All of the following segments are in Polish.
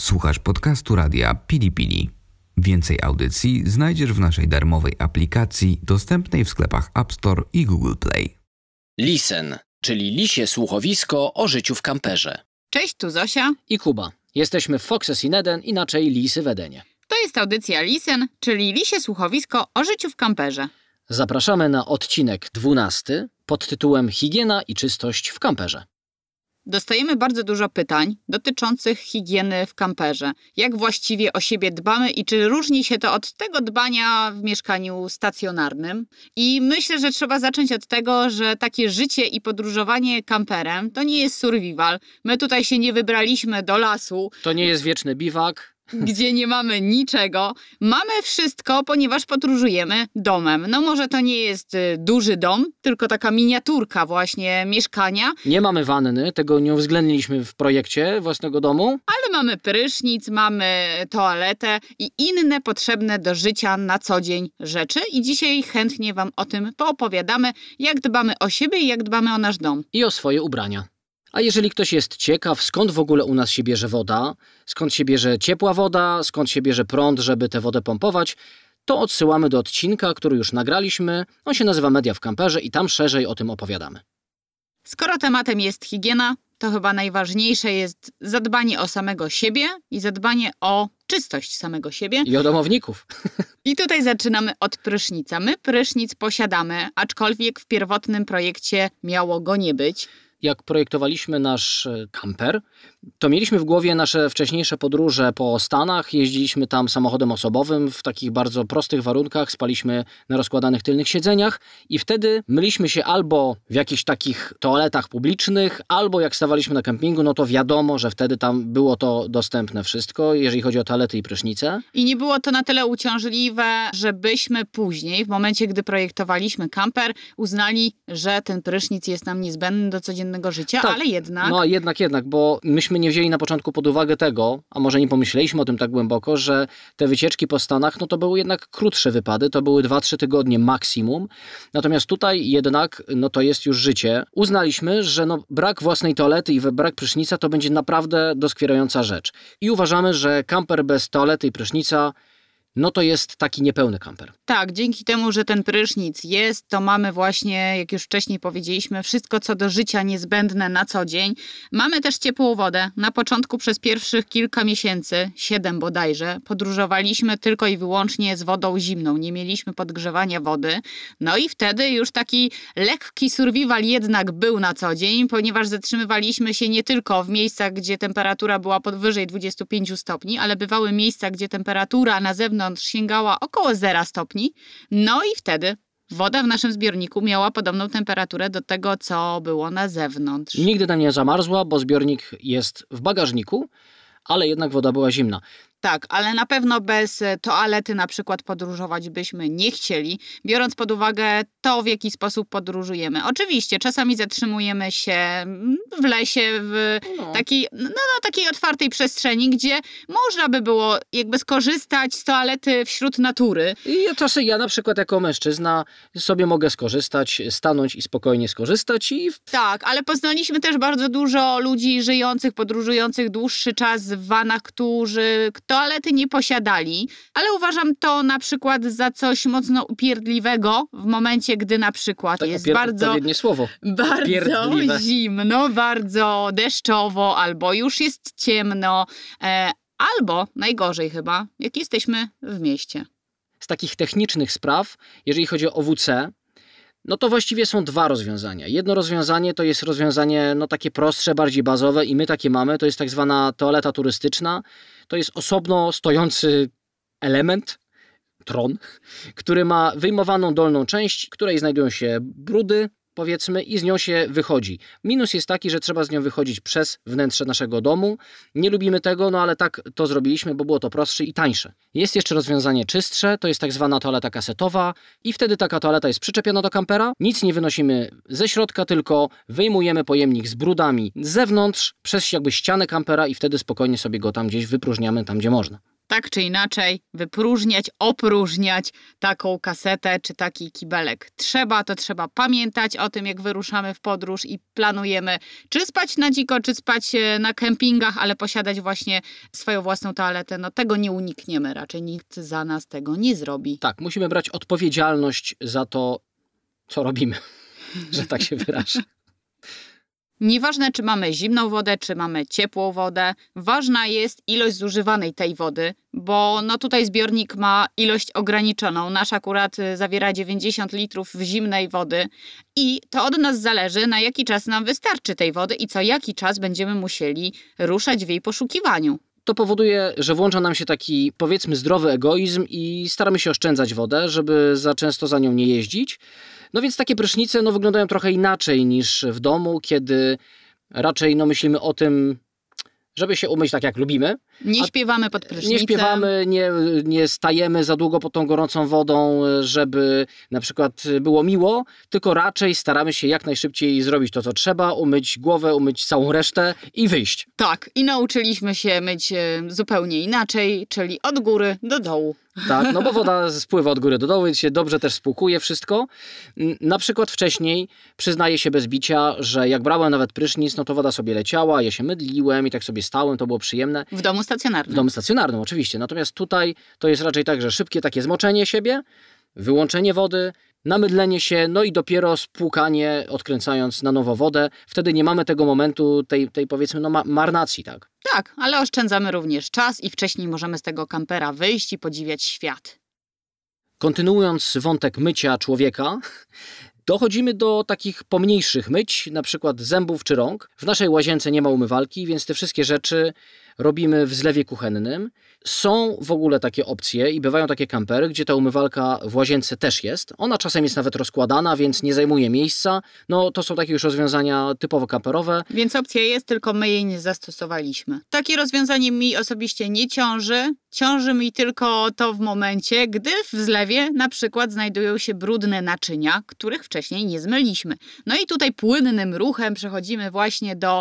Słuchasz podcastu radia Pili Pili. Więcej audycji znajdziesz w naszej darmowej aplikacji dostępnej w sklepach App Store i Google Play. Listen, czyli lisie słuchowisko o życiu w kamperze. Cześć, tu Zosia i Kuba. Jesteśmy Foxes in Eden, inaczej Lisy w Edenie. To jest audycja Listen, czyli lisie słuchowisko o życiu w kamperze. Zapraszamy na odcinek 12 pod tytułem Higiena i czystość w kamperze. Dostajemy bardzo dużo pytań dotyczących higieny w kamperze. Jak właściwie o siebie dbamy i czy różni się to od tego dbania w mieszkaniu stacjonarnym? I myślę, że trzeba zacząć od tego, że takie życie i podróżowanie kamperem to nie jest survival. My tutaj się nie wybraliśmy do lasu. To nie jest wieczny biwak. Gdzie nie mamy niczego. Mamy wszystko, ponieważ podróżujemy domem. No może to nie jest duży dom, tylko taka miniaturka właśnie mieszkania. Nie mamy wanny, tego nie uwzględniliśmy w projekcie własnego domu. Ale mamy prysznic, mamy toaletę i inne potrzebne do życia na co dzień rzeczy. I dzisiaj chętnie Wam o tym poopowiadamy, jak dbamy o siebie i jak dbamy o nasz dom. I o swoje ubrania. A jeżeli ktoś jest ciekaw, skąd w ogóle u nas się bierze woda, skąd się bierze ciepła woda, skąd się bierze prąd, żeby tę wodę pompować, to odsyłamy do odcinka, który już nagraliśmy. On się nazywa Media w kamperze i tam szerzej o tym opowiadamy. Skoro tematem jest higiena, to chyba najważniejsze jest zadbanie o samego siebie i zadbanie o czystość samego siebie. I o domowników. I tutaj zaczynamy od prysznica. My prysznic posiadamy, aczkolwiek w pierwotnym projekcie miało go nie być. Jak projektowaliśmy nasz kamper, to mieliśmy w głowie nasze wcześniejsze podróże po Stanach. Jeździliśmy tam samochodem osobowym w takich bardzo prostych warunkach, spaliśmy na rozkładanych tylnych siedzeniach i wtedy myliśmy się albo w jakichś takich toaletach publicznych, albo jak stawaliśmy na kempingu, no to wiadomo, że wtedy tam było to dostępne wszystko, jeżeli chodzi o toalety i prysznice. I nie było to na tyle uciążliwe, żebyśmy później, w momencie gdy projektowaliśmy kamper, uznali, że ten prysznic jest nam niezbędny do codziennego życia, tak, ale jednak... No jednak, bo myśmy nie wzięli na początku pod uwagę tego, a może nie pomyśleliśmy o tym tak głęboko, że te wycieczki po Stanach, no to były jednak krótsze wypady, to były 2-3 tygodnie maksimum. Natomiast tutaj jednak, no to jest już życie. Uznaliśmy, że no brak własnej toalety i brak prysznica to będzie naprawdę doskwierająca rzecz. I uważamy, że kamper bez toalety i prysznica no to jest taki niepełny kamper. Tak, dzięki temu, że ten prysznic jest, to mamy właśnie, jak już wcześniej powiedzieliśmy, wszystko co do życia niezbędne na co dzień. Mamy też ciepłą wodę. Na początku przez pierwszych kilka miesięcy, 7 bodajże, podróżowaliśmy tylko i wyłącznie z wodą zimną. Nie mieliśmy podgrzewania wody. No i wtedy już taki lekki survival jednak był na co dzień, ponieważ zatrzymywaliśmy się nie tylko w miejscach, gdzie temperatura była powyżej 25 stopni, ale bywały miejsca, gdzie temperatura na zewnątrz sięgała około 0 stopni, no i wtedy woda w naszym zbiorniku miała podobną temperaturę do tego, co było na zewnątrz. Nigdy tam nie zamarzła, bo zbiornik jest w bagażniku, ale jednak woda była zimna. Tak, ale na pewno bez toalety na przykład podróżować byśmy nie chcieli, biorąc pod uwagę to, w jaki sposób podróżujemy. Oczywiście, czasami zatrzymujemy się w lesie, w takiej otwartej przestrzeni, gdzie można by było jakby skorzystać z toalety wśród natury. I ja na przykład jako mężczyzna sobie mogę skorzystać, stanąć i spokojnie skorzystać. Tak, ale poznaliśmy też bardzo dużo ludzi żyjących, podróżujących dłuższy czas w vanach, którzy toalety nie posiadali, ale uważam to na przykład za coś mocno upierdliwego w momencie, gdy na przykład tak, jest bardzo zimno, bardzo deszczowo, albo już jest ciemno, albo najgorzej chyba, jak jesteśmy w mieście. Z takich technicznych spraw, jeżeli chodzi o OWC, no to właściwie są 2 rozwiązania. Jedno rozwiązanie to jest rozwiązanie takie prostsze, bardziej bazowe i my takie mamy, to jest tak zwana toaleta turystyczna. To jest osobno stojący element, tron, który ma wyjmowaną dolną część, w której znajdują się brudy, powiedzmy, i z nią się wychodzi. Minus jest taki, że trzeba z nią wychodzić przez wnętrze naszego domu. Nie lubimy tego, no ale tak to zrobiliśmy, bo było to prostsze i tańsze. Jest jeszcze rozwiązanie czystsze, to jest tak zwana toaleta kasetowa i wtedy taka toaleta jest przyczepiona do kampera. Nic nie wynosimy ze środka, tylko wyjmujemy pojemnik z brudami z zewnątrz, przez jakby ścianę kampera i wtedy spokojnie sobie go tam gdzieś wypróżniamy, tam gdzie można. tak czy inaczej wypróżniać, opróżniać taką kasetę czy taki kibelek. Trzeba pamiętać o tym, jak wyruszamy w podróż i planujemy, czy spać na dziko, czy spać na kempingach, ale posiadać właśnie swoją własną toaletę. No tego nie unikniemy, raczej nikt za nas tego nie zrobi. Tak, musimy brać odpowiedzialność za to, co robimy, że tak się wyrażę. Nieważne, czy mamy zimną wodę, czy mamy ciepłą wodę, ważna jest ilość zużywanej tej wody, bo no tutaj zbiornik ma ilość ograniczoną. Nasz akurat zawiera 90 litrów zimnej wody i to od nas zależy, na jaki czas nam wystarczy tej wody i co jaki czas będziemy musieli ruszać w jej poszukiwaniu. To powoduje, że włącza nam się taki, powiedzmy, zdrowy egoizm i staramy się oszczędzać wodę, żeby za często za nią nie jeździć. No więc takie prysznice wyglądają trochę inaczej niż w domu, kiedy raczej myślimy o tym, żeby się umyć tak jak lubimy. Nie śpiewamy pod prysznicem. Nie śpiewamy, nie stajemy za długo pod tą gorącą wodą, żeby na przykład było miło, tylko raczej staramy się jak najszybciej zrobić to, co trzeba, umyć głowę, umyć całą resztę i wyjść. Tak, i nauczyliśmy się myć zupełnie inaczej, czyli od góry do dołu. Tak, bo woda spływa od góry do dołu, więc się dobrze też spłukuje wszystko. Na przykład wcześniej, przyznaję się bez bicia, że jak brałem nawet prysznic, to woda sobie leciała, ja się mydliłem i tak sobie stałem, to było przyjemne. W domu stacjonarnym. W domu stacjonarnym, oczywiście. Natomiast tutaj to jest raczej tak, że szybkie takie zmoczenie siebie, wyłączenie wody, namydlenie się, i dopiero spłukanie, odkręcając na nowo wodę. Wtedy nie mamy tego momentu, tej powiedzmy, marnacji, tak? Tak, ale oszczędzamy również czas i wcześniej możemy z tego kampera wyjść i podziwiać świat. Kontynuując wątek mycia człowieka, dochodzimy do takich pomniejszych myć, na przykład zębów czy rąk. W naszej łazience nie ma umywalki, więc te wszystkie rzeczy robimy w zlewie kuchennym. Są w ogóle takie opcje i bywają takie kampery, gdzie ta umywalka w łazience też jest. Ona czasem jest nawet rozkładana, więc nie zajmuje miejsca. To są takie już rozwiązania typowo kamperowe. Więc opcja jest, tylko my jej nie zastosowaliśmy. Takie rozwiązanie mi osobiście nie ciąży. Ciąży mi tylko to w momencie, gdy w zlewie na przykład znajdują się brudne naczynia, których wcześniej nie zmyliśmy. No i tutaj płynnym ruchem przechodzimy właśnie do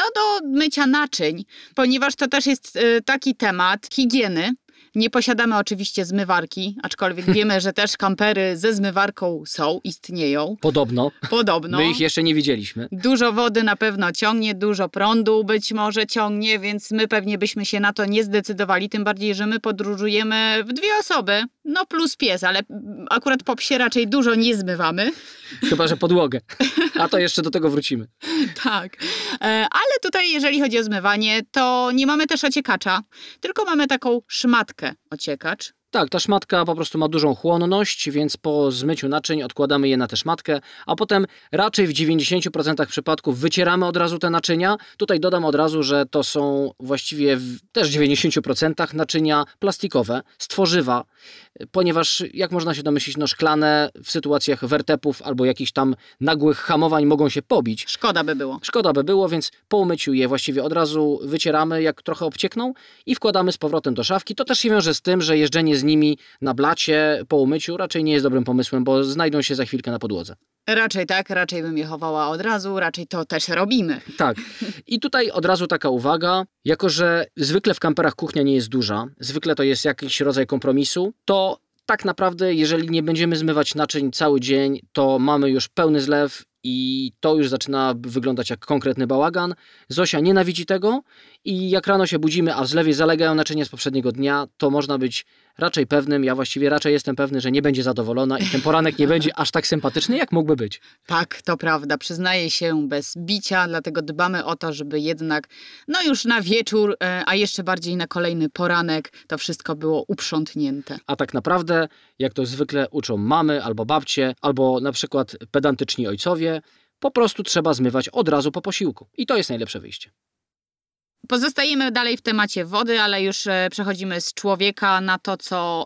mycia naczyń, ponieważ to też jest taki temat higieny. Nie posiadamy oczywiście zmywarki, aczkolwiek wiemy, że też kampery ze zmywarką istnieją. Podobno. My ich jeszcze nie widzieliśmy. Dużo wody na pewno ciągnie, dużo prądu być może ciągnie, więc my pewnie byśmy się na to nie zdecydowali, tym bardziej, że my podróżujemy w 2 osoby, plus pies, ale akurat po psie raczej dużo nie zmywamy. Chyba że podłogę, a to jeszcze do tego wrócimy. Tak, ale tutaj jeżeli chodzi o zmywanie, to nie mamy też ociekacza, tylko mamy taką szmatkę ociekacz. Tak, ta szmatka po prostu ma dużą chłonność, więc po zmyciu naczyń odkładamy je na tę szmatkę, a potem raczej w 90% przypadków wycieramy od razu te naczynia. Tutaj dodam od razu, że to są właściwie też w 90% naczynia plastikowe, z tworzywa, ponieważ jak można się domyślić, szklane w sytuacjach wertepów albo jakichś tam nagłych hamowań mogą się pobić. Szkoda by było, więc po umyciu je właściwie od razu wycieramy, jak trochę obciekną i wkładamy z powrotem do szafki. To też się wiąże z tym, że jeżdżenie z nimi na blacie po umyciu raczej nie jest dobrym pomysłem, bo znajdą się za chwilkę na podłodze. Raczej tak, raczej bym je chowała od razu, raczej to też robimy. Tak. I tutaj od razu taka uwaga, jako że zwykle w kamperach kuchnia nie jest duża, zwykle to jest jakiś rodzaj kompromisu, to tak naprawdę jeżeli nie będziemy zmywać naczyń cały dzień, to mamy już pełny zlew i to już zaczyna wyglądać jak konkretny bałagan. Zosia nienawidzi tego i jak rano się budzimy, a w zlewie zalegają naczynia z poprzedniego dnia, to można być raczej pewnym, ja właściwie raczej jestem pewny, że nie będzie zadowolona i ten poranek nie będzie aż tak sympatyczny, jak mógłby być. Tak, to prawda, przyznaję się bez bicia, dlatego dbamy o to, żeby jednak już na wieczór, a jeszcze bardziej na kolejny poranek to wszystko było uprzątnięte. A tak naprawdę, jak to zwykle uczą mamy albo babcie, albo na przykład pedantyczni ojcowie, po prostu trzeba zmywać od razu po posiłku. I to jest najlepsze wyjście. Pozostajemy dalej w temacie wody, ale już przechodzimy z człowieka na to, co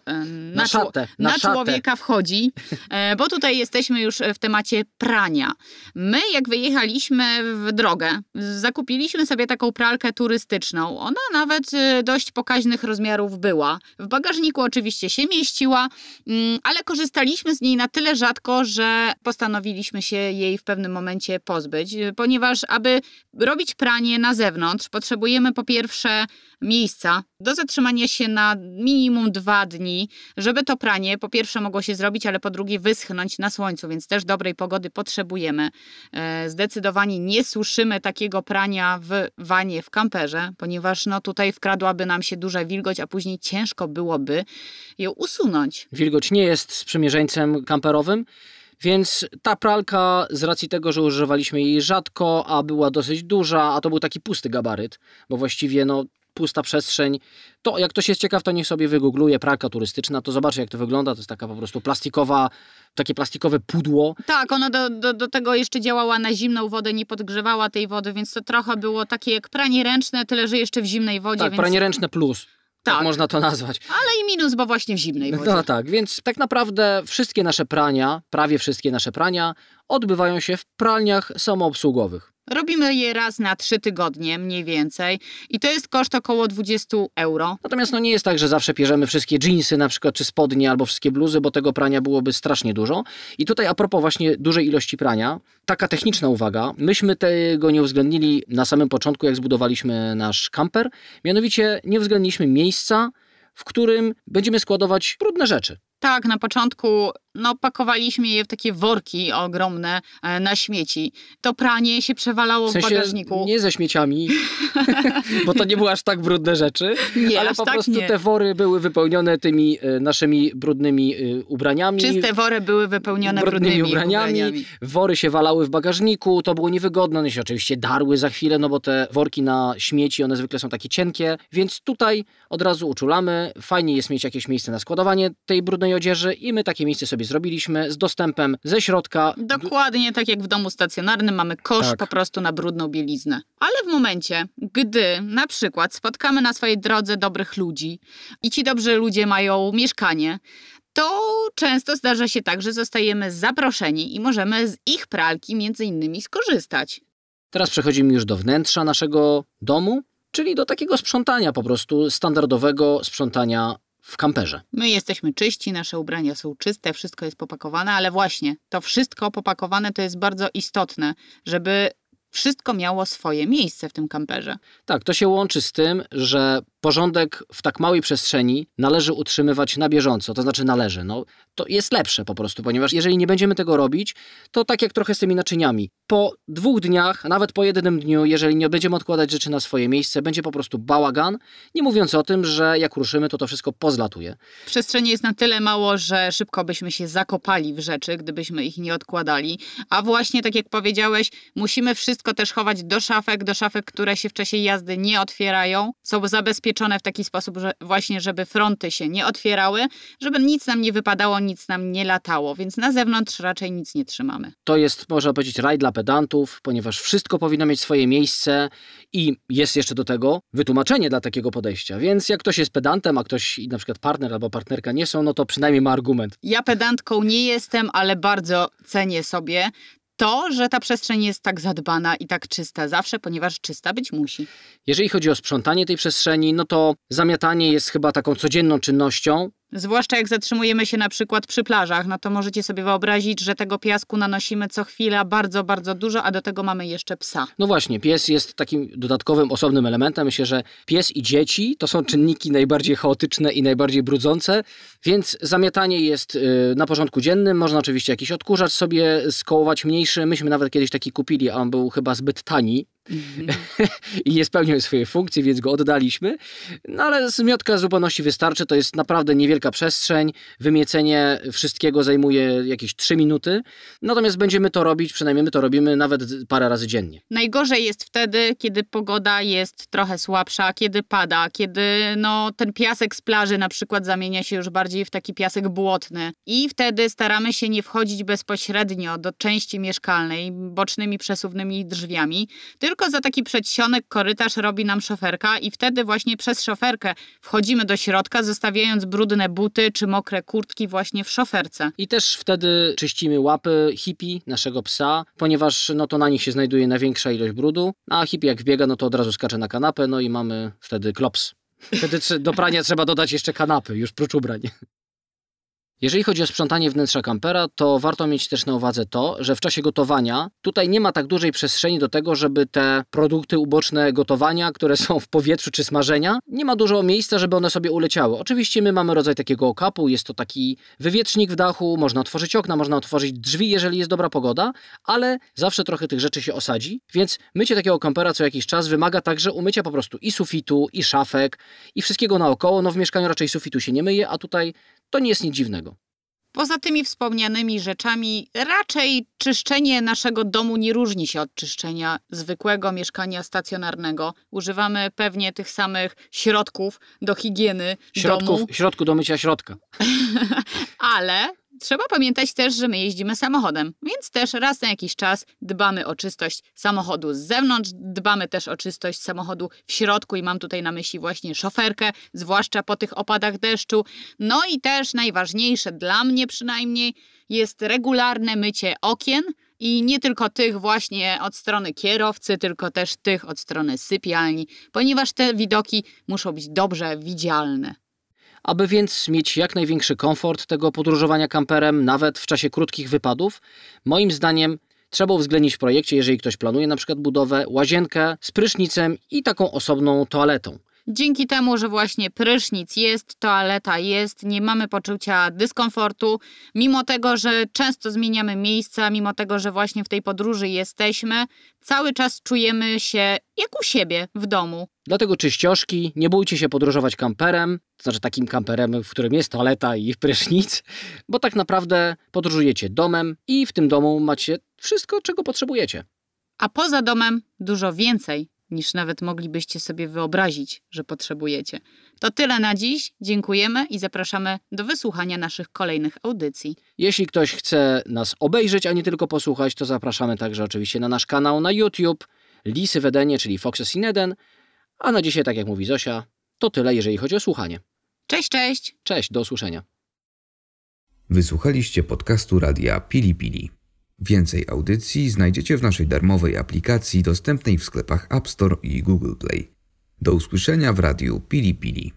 na człowieka wchodzi, bo tutaj jesteśmy już w temacie prania. My, jak wyjechaliśmy w drogę, zakupiliśmy sobie taką pralkę turystyczną. Ona nawet dość pokaźnych rozmiarów była. W bagażniku oczywiście się mieściła, ale korzystaliśmy z niej na tyle rzadko, że postanowiliśmy się jej w pewnym momencie pozbyć, ponieważ aby robić pranie na zewnątrz, potrzebujemy potrzebujemy po pierwsze miejsca do zatrzymania się na minimum 2 dni, żeby to pranie po pierwsze mogło się zrobić, ale po drugie wyschnąć na słońcu, więc też dobrej pogody potrzebujemy. Zdecydowanie nie suszymy takiego prania w wanie, w kamperze, ponieważ tutaj wkradłaby nam się duża wilgoć, a później ciężko byłoby ją usunąć. Wilgoć nie jest sprzymierzeńcem kamperowym, więc ta pralka z racji tego, że używaliśmy jej rzadko, a była dosyć duża, a to był taki pusty gabaryt, bo właściwie pusta przestrzeń, to jak ktoś jest ciekaw, to niech sobie wygoogluje pralka turystyczna, to zobaczy jak to wygląda, to jest taka po prostu takie plastikowe pudło. Tak, ona do tego jeszcze działała na zimną wodę, nie podgrzewała tej wody, więc to trochę było takie jak pranie ręczne, tyle że jeszcze w zimnej wodzie. Tak, więc... pranie ręczne plus. Tak można to nazwać. Ale i minus, bo właśnie w zimnej wodzie. No tak, więc tak naprawdę wszystkie nasze prania, prawie wszystkie nasze prania odbywają się w pralniach samoobsługowych. Robimy je raz na 3 tygodnie mniej więcej i to jest koszt około 20 euro. Natomiast nie jest tak, że zawsze pierzemy wszystkie dżinsy na przykład, czy spodnie, albo wszystkie bluzy, bo tego prania byłoby strasznie dużo. I tutaj a propos właśnie dużej ilości prania, taka techniczna uwaga, myśmy tego nie uwzględnili na samym początku, jak zbudowaliśmy nasz kamper, mianowicie nie uwzględniliśmy miejsca, w którym będziemy składować brudne rzeczy. Tak, na początku pakowaliśmy je w takie worki ogromne na śmieci. To pranie się przewalało w bagażniku. Nie ze śmieciami, bo to nie były aż tak brudne rzeczy, nie, ale po prostu te wory były wypełnione tymi naszymi brudnymi ubraniami. Czyste wory były wypełnione brudnymi ubraniami. Wory się walały w bagażniku, to było niewygodne, one się oczywiście darły za chwilę, bo te worki na śmieci, one zwykle są takie cienkie, więc tutaj od razu uczulamy. Fajnie jest mieć jakieś miejsce na składowanie tej brudnej odzieży i my takie miejsce sobie zrobiliśmy z dostępem ze środka. Dokładnie tak jak w domu stacjonarnym mamy kosz po prostu na brudną bieliznę. Ale w momencie, gdy na przykład spotkamy na swojej drodze dobrych ludzi i ci dobrzy ludzie mają mieszkanie, to często zdarza się tak, że zostajemy zaproszeni i możemy z ich pralki między innymi skorzystać. Teraz przechodzimy już do wnętrza naszego domu, czyli do takiego sprzątania po prostu, standardowego sprzątania w kamperze. My jesteśmy czyści, nasze ubrania są czyste, wszystko jest popakowane, ale właśnie to wszystko popakowane to jest bardzo istotne, żeby wszystko miało swoje miejsce w tym kamperze. Tak, to się łączy z tym, że porządek w tak małej przestrzeni należy utrzymywać na bieżąco, to znaczy należy. To jest lepsze po prostu, ponieważ jeżeli nie będziemy tego robić, to tak jak trochę z tymi naczyniami. Po 2 dniach, nawet po 1 dniu, jeżeli nie będziemy odkładać rzeczy na swoje miejsce, będzie po prostu bałagan, nie mówiąc o tym, że jak ruszymy, to wszystko pozlatuje. Przestrzeni jest na tyle mało, że szybko byśmy się zakopali w rzeczy, gdybyśmy ich nie odkładali. A właśnie, tak jak powiedziałeś, musimy wszystko też chować do szafek, które się w czasie jazdy nie otwierają. Są zabezpieczone w taki sposób, że właśnie, żeby fronty się nie otwierały, żeby nic nam nie wypadało, nic nam nie latało, więc na zewnątrz raczej nic nie trzymamy. To jest, można powiedzieć, raj dla pedantów, ponieważ wszystko powinno mieć swoje miejsce i jest jeszcze do tego wytłumaczenie dla takiego podejścia, więc jak ktoś jest pedantem, a ktoś na przykład partner albo partnerka nie są, to przynajmniej ma argument. Ja pedantką nie jestem, ale bardzo cenię sobie to, że ta przestrzeń jest tak zadbana i tak czysta zawsze, ponieważ czysta być musi. Jeżeli chodzi o sprzątanie tej przestrzeni, to zamiatanie jest chyba taką codzienną czynnością. Zwłaszcza jak zatrzymujemy się na przykład przy plażach, to możecie sobie wyobrazić, że tego piasku nanosimy co chwila bardzo, bardzo dużo, a do tego mamy jeszcze psa. No właśnie, pies jest takim dodatkowym, osobnym elementem. Myślę, że pies i dzieci to są czynniki najbardziej chaotyczne i najbardziej brudzące, więc zamiatanie jest na porządku dziennym. Można oczywiście jakiś odkurzacz sobie skołować mniejszy. Myśmy nawet kiedyś taki kupili, a on był chyba zbyt tani. I nie spełniał swojej funkcji, więc go oddaliśmy. Ale zmiotka zupełności wystarczy. To jest naprawdę niewielka przestrzeń. Wymiecenie wszystkiego zajmuje jakieś 3 minuty. Natomiast będziemy to robić, przynajmniej my to robimy nawet parę razy dziennie. Najgorzej jest wtedy, kiedy pogoda jest trochę słabsza, kiedy pada, kiedy ten piasek z plaży na przykład zamienia się już bardziej w taki piasek błotny. I wtedy staramy się nie wchodzić bezpośrednio do części mieszkalnej bocznymi przesuwnymi drzwiami, tylko za taki przedsionek korytarz robi nam szoferka i wtedy właśnie przez szoferkę wchodzimy do środka, zostawiając brudne buty czy mokre kurtki właśnie w szoferce. I też wtedy czyścimy łapy Hippie, naszego psa, ponieważ to na nich się znajduje największa ilość brudu, a Hippie jak wbiega, to od razu skacze na kanapę, i mamy wtedy klops. Wtedy do prania trzeba dodać jeszcze kanapy, już prócz ubrań. Jeżeli chodzi o sprzątanie wnętrza kampera, to warto mieć też na uwadze to, że w czasie gotowania tutaj nie ma tak dużej przestrzeni do tego, żeby te produkty uboczne gotowania, które są w powietrzu czy smażenia, nie ma dużo miejsca, żeby one sobie uleciały. Oczywiście my mamy rodzaj takiego okapu, jest to taki wywietrznik w dachu, można otworzyć okna, można otworzyć drzwi, jeżeli jest dobra pogoda, ale zawsze trochę tych rzeczy się osadzi, więc mycie takiego kampera co jakiś czas wymaga także umycia po prostu i sufitu, i szafek, i wszystkiego naokoło. No w mieszkaniu raczej sufitu się nie myje, a tutaj to nie jest nic dziwnego. Poza tymi wspomnianymi rzeczami, raczej czyszczenie naszego domu nie różni się od czyszczenia zwykłego mieszkania stacjonarnego. Używamy pewnie tych samych środków do higieny domu. Środku do mycia środka. Ale trzeba pamiętać też, że my jeździmy samochodem, więc też raz na jakiś czas dbamy o czystość samochodu z zewnątrz, dbamy też o czystość samochodu w środku i mam tutaj na myśli właśnie szoferkę, zwłaszcza po tych opadach deszczu. No i też najważniejsze dla mnie przynajmniej jest regularne mycie okien i nie tylko tych właśnie od strony kierowcy, tylko też tych od strony sypialni, ponieważ te widoki muszą być dobrze widzialne. Aby więc mieć jak największy komfort tego podróżowania kamperem, nawet w czasie krótkich wypadów, moim zdaniem trzeba uwzględnić w projekcie, jeżeli ktoś planuje na przykład budowę, łazienkę z prysznicem i taką osobną toaletą. Dzięki temu, że właśnie prysznic jest, toaleta jest, nie mamy poczucia dyskomfortu, mimo tego, że często zmieniamy miejsca, mimo tego, że właśnie w tej podróży jesteśmy, cały czas czujemy się jak u siebie w domu. Dlatego czyścioszki, nie bójcie się podróżować kamperem, to znaczy takim kamperem, w którym jest toaleta i prysznic, bo tak naprawdę podróżujecie domem i w tym domu macie wszystko, czego potrzebujecie. A poza domem dużo więcej, niż nawet moglibyście sobie wyobrazić, że potrzebujecie. To tyle na dziś. Dziękujemy i zapraszamy do wysłuchania naszych kolejnych audycji. Jeśli ktoś chce nas obejrzeć, a nie tylko posłuchać, to zapraszamy także oczywiście na nasz kanał na YouTube Lisy w Edenie, czyli Foxes in Eden. A na dzisiaj, tak jak mówi Zosia, to tyle, jeżeli chodzi o słuchanie. Cześć, cześć! Cześć, do usłyszenia. Wysłuchaliście podcastu Radia Pili Pili. Więcej audycji znajdziecie w naszej darmowej aplikacji dostępnej w sklepach App Store i Google Play. Do usłyszenia w Radiu Pili Pili.